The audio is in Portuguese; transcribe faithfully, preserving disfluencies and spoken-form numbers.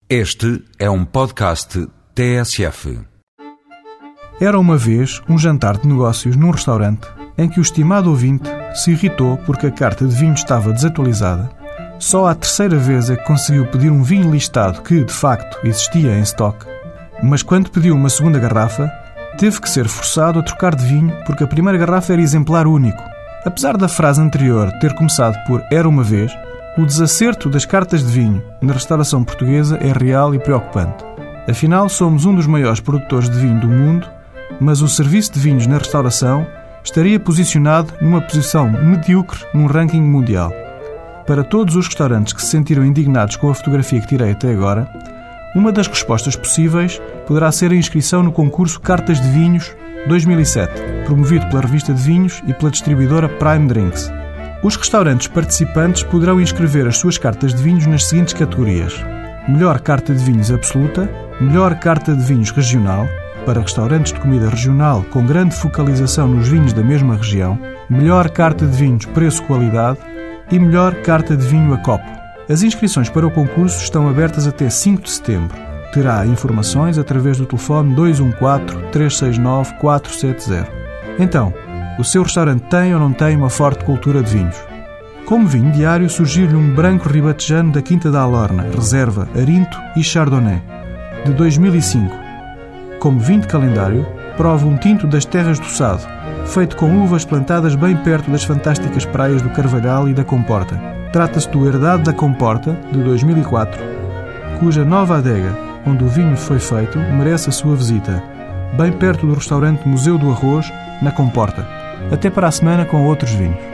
Este é um podcast T S F. Era uma vez um jantar de negócios num restaurante em que o estimado ouvinte se irritou porque a carta de vinho estava desatualizada. Só à terceira vez é que conseguiu pedir um vinho listado que, de facto, existia em estoque. Mas quando pediu uma segunda garrafa, teve que ser forçado a trocar de vinho porque a primeira garrafa era exemplar único. Apesar da frase anterior ter começado por "era uma vez", o desacerto das cartas de vinho na restauração portuguesa é real e preocupante. Afinal, somos um dos maiores produtores de vinho do mundo, mas o serviço de vinhos na restauração estaria posicionado numa posição medíocre num ranking mundial. Para todos os restaurantes que se sentiram indignados com a fotografia que tirei até agora, uma das respostas possíveis poderá ser a inscrição no concurso Cartas de Vinhos dois mil e sete, promovido pela revista de vinhos e pela distribuidora Prime Drinks. Os restaurantes participantes poderão inscrever as suas cartas de vinhos nas seguintes categorias: melhor carta de vinhos absoluta, melhor carta de vinhos regional, para restaurantes de comida regional com grande focalização nos vinhos da mesma região, melhor carta de vinhos preço-qualidade e melhor carta de vinho a copo. As inscrições para o concurso estão abertas até cinco de setembro. Terá informações através do telefone dois um quatro, três seis nove, quatro sete zero. Então, o seu restaurante tem ou não tem uma forte cultura de vinhos? Como vinho diário, surgiu-lhe um branco ribatejano da Quinta da Alorna, reserva, Arinto e Chardonnay, de dois mil e cinco. Como vinho de calendário, prova um tinto das Terras do Sado, feito com uvas plantadas bem perto das fantásticas praias do Carvalhal e da Comporta. Trata-se do Herdade da Comporta, de dois mil e quatro, cuja nova adega, onde o vinho foi feito, merece a sua visita, bem perto do restaurante Museu do Arroz, na Comporta. Até para a semana com outros vinhos.